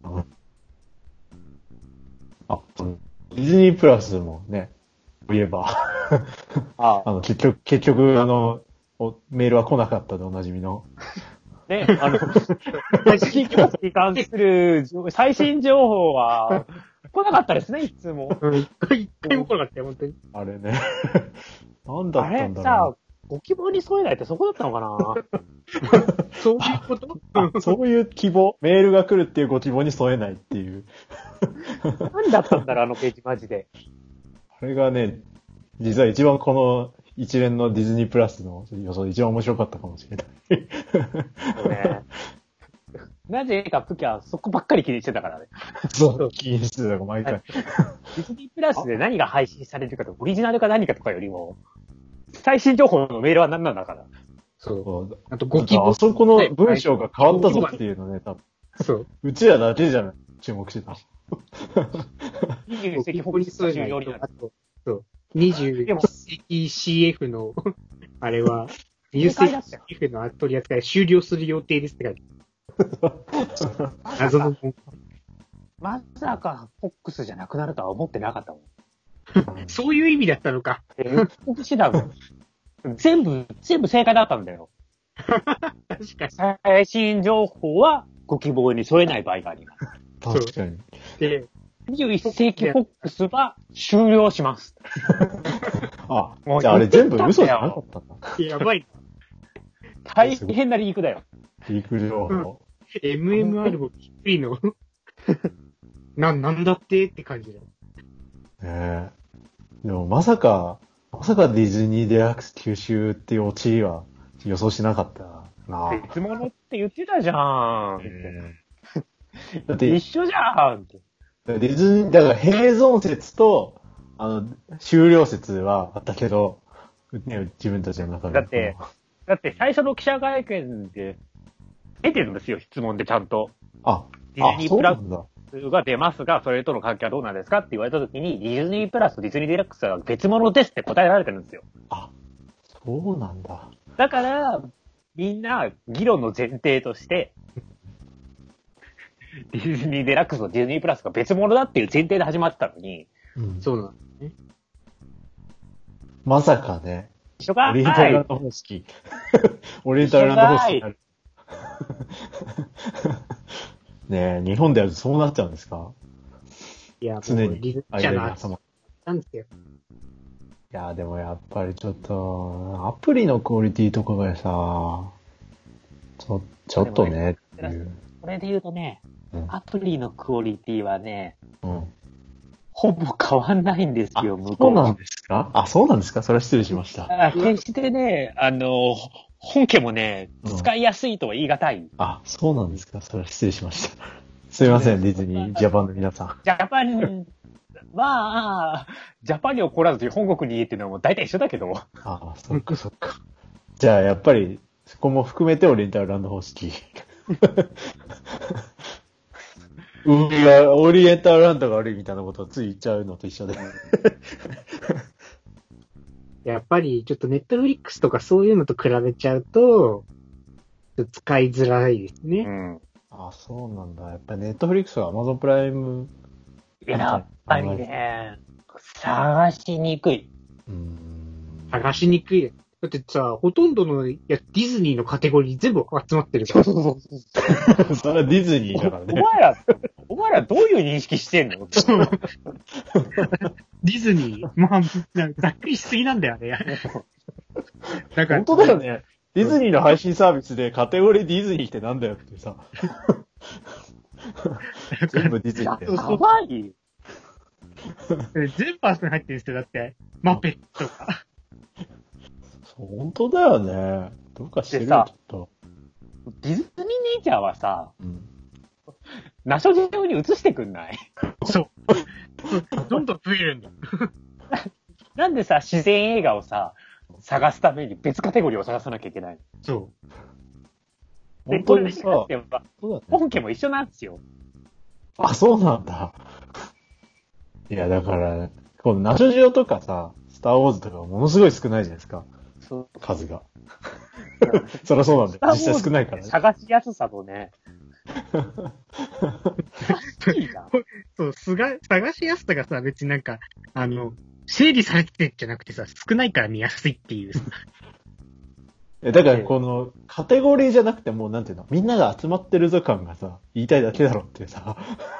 ディズニープラスもね、言えば結局、メールは来なかったでおなじみの。 ね、新規に関する最新情報は来なかったですね、いつも。 一回も来なかったよ、本当に。 あれね。なんだったんだろう。 あれさ、ご希望に添えないってそこだったのかなそういうことそういう希望、メールが来るっていうご希望に添えないっていう。 何だったんだろう、あのページマジで。 これがね、実は一番この一連のディズニープラスの予想で一番面白かったかもしれない。 そうね。なぜかプキはそこばっかり気にしてたからね。 そう、気にしてたから毎回。 ディズニープラスで何が配信されるかと、オリジナルか何かとかよりも、最新情報のメールは何なんだから。 そう。 あとご希望。 あそこの文章が変わったぞっていうのね、多分。 そう。 うちらだけじゃない、注目してた。 21世紀フォックス終了になる。 そう。21世紀 CF の、あれは、20世紀 CF の取り扱い終了する予定ですって書いて謎の。 まさかフォックスじゃなくなるとは思ってなかったもん。そういう意味だったのか。 全部正解だったんだよ。 確かに。 最新情報はご希望に添えない場合があります。 確かに。 で、21世紀フォックスは終了します。 あ、じゃああれ全部嘘じゃなかったんだ。 やばい。 大変なリークだよ。 リーク情報。 MMR もびっくりの。なんだって感じだよ。 でもまさかディズニーデラックス九州っていうオチは予想しなかったな。 別物って言ってたじゃん。だって一緒じゃんって。 ディズニー、だから併存説と、終了説はあったけど、ね、自分たちの中で。 だって最初の記者会見で出てるんですよ、質問でちゃんと。ディズニープラスが出ますが、それとの関係はどうなんですかって言われたときに、ディズニープラスとディズニーデラックスは別物ですって答えられてるんですよ。 そうなんだ。 だから、みんな議論の前提として、ディズニーデラックスとディズニープラスが別物だっていう前提で始まったのに、 そうなんだね。 まさかね。 一緒かオリエンタルランド方式。オリエンタルランド方式になる。ねえ、日本ではそうなっちゃうんですか？ いや、 常に。 リズムじゃななんですよ。 いや、でもやっぱりちょっと、アプリのクオリティとかがさ、ちょっとねっていう。 これで言うとね、アプリのクオリティはね、 うん、 ほぼ変わんないんですよ、向こう。 そうなんですか？そうなんですか？それは失礼しました。 決してね、本家もね、使いやすいとは言い難い。 そうなんですか？それは失礼しました。すいません、ディズニージャパンの皆さん。 ジャパンに怒らずという本国に言えっていうのはもう大体一緒だけど。 そっかそっか。じゃあ、やっぱり、そこも含めてオリエンタルランド方式。オリエンタルランドが悪いみたいなことをつい言っちゃうのと一緒で。 やっぱり、ちょっとネットフリックスとかそういうのと比べちゃうと、使いづらいですね。 そうなんだ。やっぱりネットフリックスは Amazon プライム。 やっぱりね、探しにくい。 探しにくい。だってさ、ほとんどのディズニーのカテゴリー全部集まってるから。 それはディズニーだからね。 お前らどういう認識してんの？ ディズニー、ざっくりしすぎなんだよね。 本当だよね。ディズニーの配信サービスでカテゴリーディズニーってなんだよってさ。全部ディズニーって。 やばい。 全パーソン入ってるんですよ、だって。マペットとか。 本当だよね。どうかしてるよ、きっと。 ディズニーネイチャーはさ、ナショジオに移してくんない？ そう。どんどん増えるんだ。 なんでさ、自然映画をさ、探すために別カテゴリーを探さなきゃいけない？ そう。 で、これに関しては、本家も一緒なんですよ。 そうなんだ。いや、だから、このナショジオとかさ、スターウォーズとかものすごい少ないじゃないですか。数が。そりゃそうなんだよ。実際少ないからね。 探しやすさとね。 そう、探しやすさがさ、別になんか、整理されてんじゃなくてさ、少ないから見やすいっていう。 だからこの、カテゴリーじゃなくてもうなんていうの、みんなが集まってるぞ感がさ、言いたいだけだろってさ。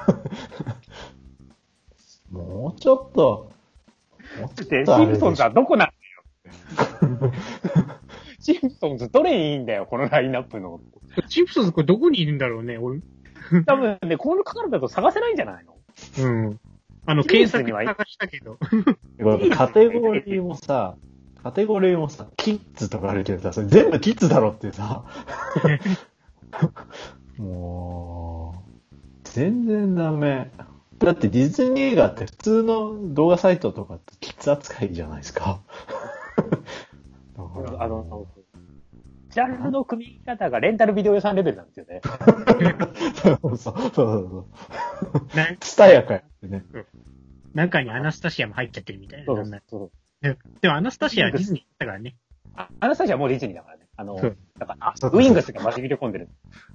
もうちょっと。 シンプソンズはどこなんだよ。 シンプソンズどれいいんだよ、このラインナップの。 シンプソンズこれどこにいるんだろうね、俺。 多分ね、このカードだと探せないんじゃないの？ うん。検索に探したけど。 カテゴリーもさ、キッズとかあるけどさ、それ全部キッズだろってさ。もう、全然ダメ。だってディズニー映画って普通の動画サイトとかってキッズ扱いじゃないですか。 ジャンルの組み方がレンタルビデオ屋さんレベルなんですよね。 そう。ツタヤかやってね。 中にアナスタシアも入っちゃってるみたいな。 そう。 でもアナスタシアはディズニーだからね。 アナスタシアはもうディズニーだからね。だから、ウィングスがマジ切れ込んでる。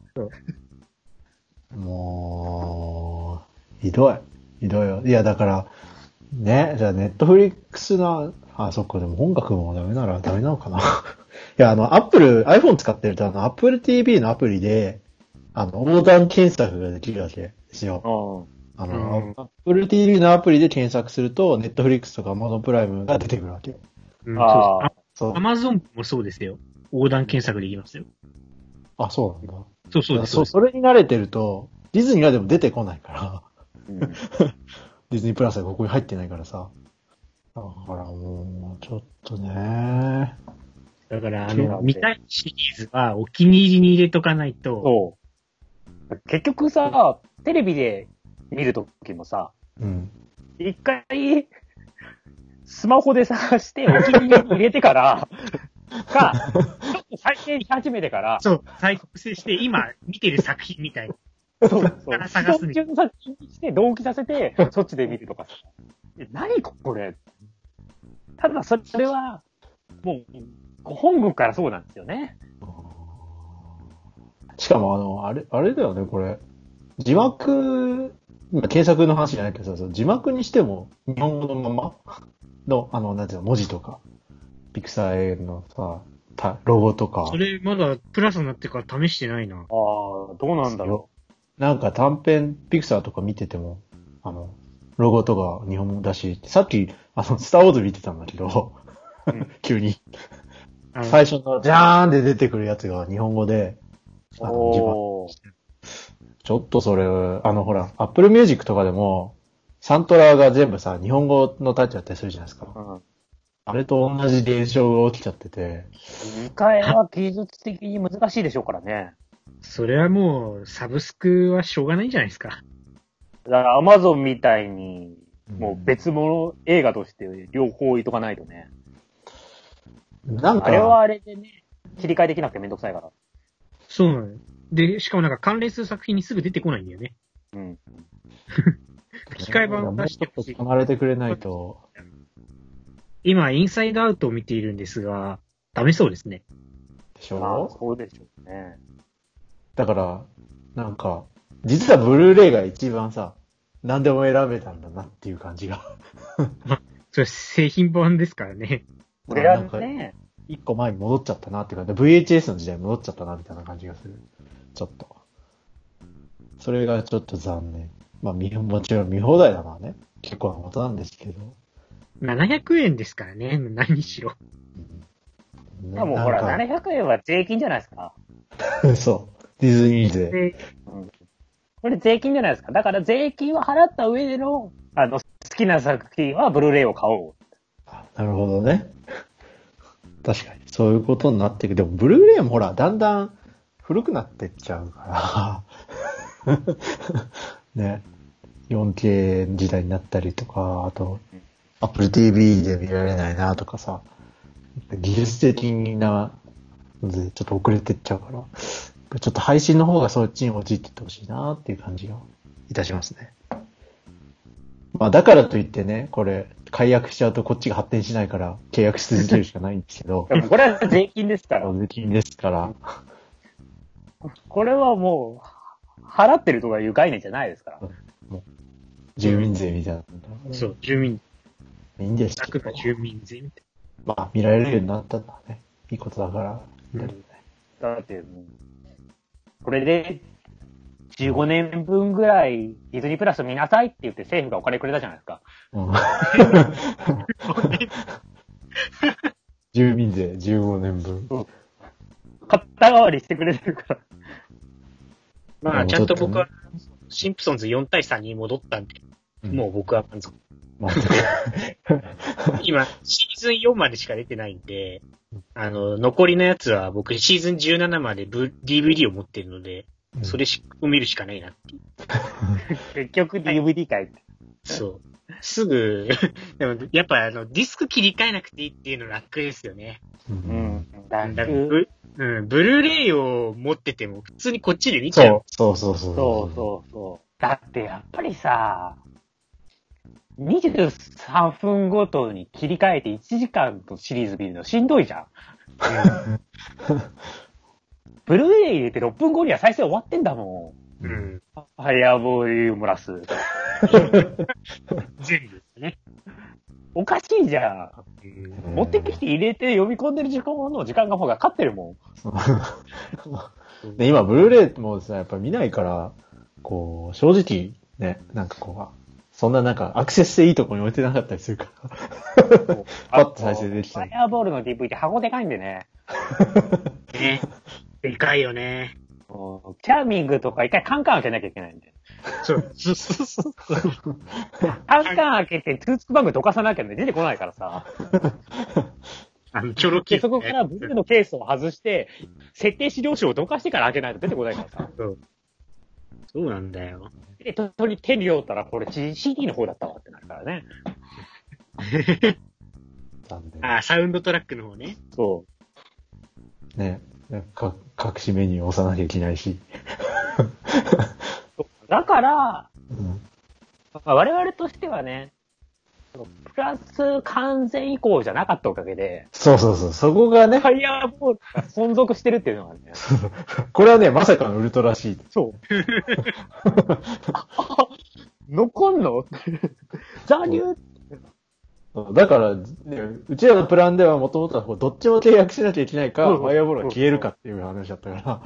もう、ひどいよ。いや、だから、ね、じゃあネットフリックスの、そっか、でも音楽もダメなのかな。いや、iPhone 使ってると、Apple TV のアプリで、横断検索ができるわけですよ。Apple TV のアプリで検索すると、Netflix とか Amazon プライムが出てくるわけ。 そう。Amazon もそうですよ。横断検索できますよ。 あ、そうなんだ。 そうです。 それに慣れてると、ディズニーがでも出てこないから。ディズニープラスがここに入ってないからさ。だからもう、ちょっとね。 だから、見たいシリーズはお気に入りに入れとかないと。 そう。結局さ、テレビで見るときもさ、一回、スマホで探してお気に入りに入れてから、ちょっと再生し始めてから、 そう、再生して、今見てる作品みたいな。 そう。探すみたいな。作品にして同期させて、そっちで見るとかさ。何これ。ただ、それは、もう、本文からそうなんですよね。 しかもあれだよね、これ。字幕、今検索の話じゃないけどさ、字幕にしても日本語のままの、なんていうの、文字とか、ピクサーのさ、ロゴとか。 それまだプラスになってから試してないな。 どうなんだろう。なんか短編、ピクサーとか見てても、ロゴとか日本語だし、さっき、スターウォーズ見てたんだけど、急に。最初のジャーンで出てくるやつが日本語で、自分ちょっとそれ、ほら、Apple Music とかでも、サントラが全部さ、日本語のタッチだったりするじゃないですか。あれと同じ現象が起きちゃってて。 理解は技術的に難しいでしょうからね。 それはもう、サブスクはしょうがないんじゃないですか。 だから Amazon みたいに、もう別物映画として両方置いとかないとね。なんか。あれはあれでね、切り替えできなくてめんどくさいから。 そうなのよ。で、しかもなんか関連する作品にすぐ出てこないんだよね。吹き替え版を出してほしい。 離れてくれないと。 今、インサイドアウトを見ているんですが、ダメそうですね。 でしょ？ そうでしょうね。 だから、なんか、実はブルーレイが一番さ、何でも選べたんだなっていう感じが。 それ製品版ですからね。 これはね、 一個前に戻っちゃったなっていうか、VHS の時代に戻っちゃったなみたいな感じがする。ちょっと。それがちょっと残念。まあ、もちろん見放題なのはね、結構なことなんですけど。 700円ですからね、何しろ。 でもほら、700円は税金じゃないですか。 そう。ディズニー税。 これ税金じゃないですか。だから税金を払った上での、好きな作品はブルーレイを買おう。 なるほどね。確かに。そういうことになっていく。でも、ブルーレイもほら、だんだん古くなってっちゃうから。ね。4K 時代になったりとか、あと、Apple TV で見られないなとかさ、技術的なのでちょっと遅れてっちゃうから、ちょっと配信の方がそっちに陥っていってほしいなっていう感じがいたしますね。まあだからといってね、これ、解約しちゃうとこっちが発展しないから契約し続けるしかないんですけど。 でもこれは税金ですから。 税金ですから。 これはもう、払ってるとかいう概念じゃないですから。 もう住民税みたいな。 そう、住民。 いいんですけど。住民税みたいな。まあ、見られるようになったのはね、いいことだから。 だって、これで、15年分ぐらいディズニープラス見なさいって言って政府がお金くれたじゃないですか。 住民税15年分。 肩代わりしてくれてるから。 まあ、ちゃんと僕は、シンプソンズ4対3に戻ったんで、もう僕は満足。今、シーズン4までしか出てないんで、残りのやつは僕シーズン17までDVD を持ってるので、それを見るしかないなっていう。 結局 DVD かいって。 そう。すぐ、でもやっぱディスク切り替えなくていいっていうの楽ですよね。 うん。 ブルーレイを持ってても普通にこっちで見ちゃう。 そう。 だってやっぱりさ、23分ごとに切り替えて1時間のシリーズ見るのしんどいじゃん。ブルーレイ入れて6分後には再生終わってんだもん。ファイアボール漏らす。 全部ね。 おかしいじゃん。持ってきて入れて読み込んでる時間がもう勝ってるもん。で、今、ブルーレイもさ、やっぱ見ないから、こう、正直、ね、なんかこう、そんななんかアクセスしていいとこに置いてなかったりするから。パッと再生できたり。 ファイアボールの DVD 箱でかいんでね。 ね。でかいよね。 チャーミングとか一回カンカン開けなきゃいけないんで。 そう。 カンカン開けてトゥースクバングどかさなきゃ出てこないからさ。 ちょろき、 で、そこからブルーのケースを外して、設定資料集をどかしてから開けないと出てこないからさ。 そうなんだよ。 で、手に取ったらこれ CD の方だったわってなるからね。 サウンドトラックの方ね。 そう。 ね。隠しメニューを押さなきゃいけないし。 だから、我々としてはね、プラス完全移行じゃなかったおかげで、 そう。そこがね。 ファイヤーボールが存続してるっていうのがね。 これはね、まさかのウルトラシー。 そう。残んの残留だから、ね、うちらのプランではもともとはどっちも契約しなきゃいけないか、ファイアボールが消えるかっていう話だったから、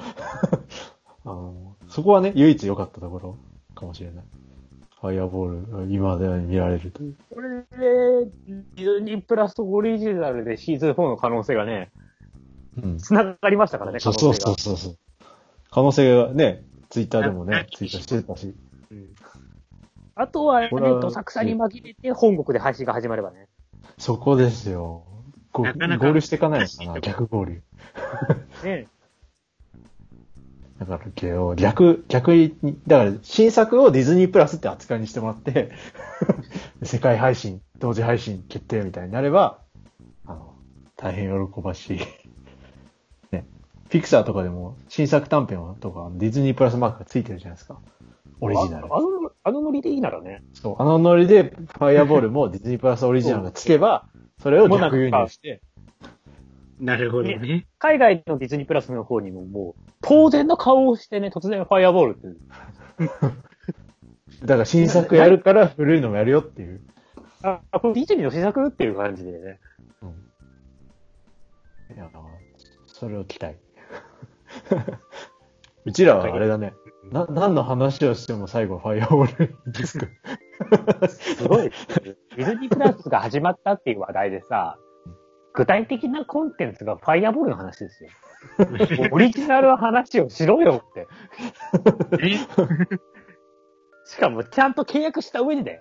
そこはね、唯一良かったところかもしれない。ファイアボールが今では見られるという。 これで、ディズニープラスオリジナルでシーズン4の可能性がね、繋がりましたからね、可能性が。 そう。可能性がね、ツイッターでもね、ツイートしてたし。 あとはね、どさくさに紛れて本国で配信が始まればね。 そこですよ。ゴールしていかないのかな、逆ゴール。 ね。 だから逆に、だから新作をディズニープラスって扱いにしてもらって、世界配信、同時配信決定みたいになれば、大変喜ばしい。ね。ピクサーとかでも新作短編とかディズニープラスマークがついてるじゃないですか。オリジナル。 あのノリでいいならね。 そう。あのノリで、ファイアボールもディズニープラスオリジナルがつけば、それを逆輸入して。 なるほどね。 海外のディズニープラスの方にももう、当然の顔をしてね、突然ファイアボールって。 だから新作やるから古いのもやるよっていう。 これディズニーの新作っていう感じでね。 いや、それを期待。うちらはあれだね。何の話をしても最後ファイアボールですか。 すごい。ディズニープラスが始まったっていう話題でさ、具体的なコンテンツがファイアボールの話ですよ。オリジナルの話をしろよって。しかもちゃんと契約した上でだよ。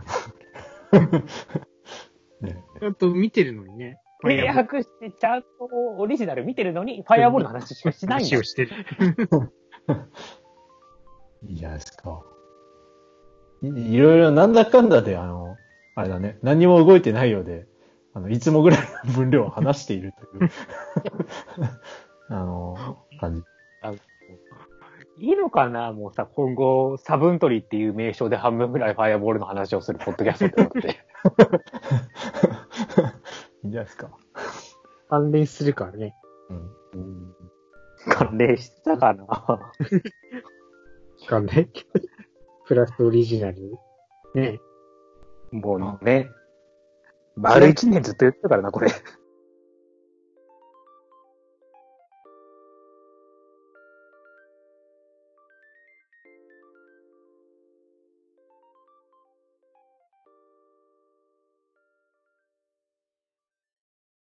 ちゃんと見てるのにね。 契約してちゃんとオリジナル見てるのに、ファイアボールの話しかしないんだ。 話をしてる。 いいじゃないですか。いろいろなんだかんだであれだね、何にも動いてないようで、いつもぐらいの分量を話しているという感じ。 いいのかなもうさ、今後、サブントリーっていう名称で半分ぐらいファイアボールの話をするポッドキャストってことで。 いいんじゃないですか。 関連するからね。 関連してたかな関連プラスオリジナル。ね。 もうね。丸1年ずっと言ってたからな、これ。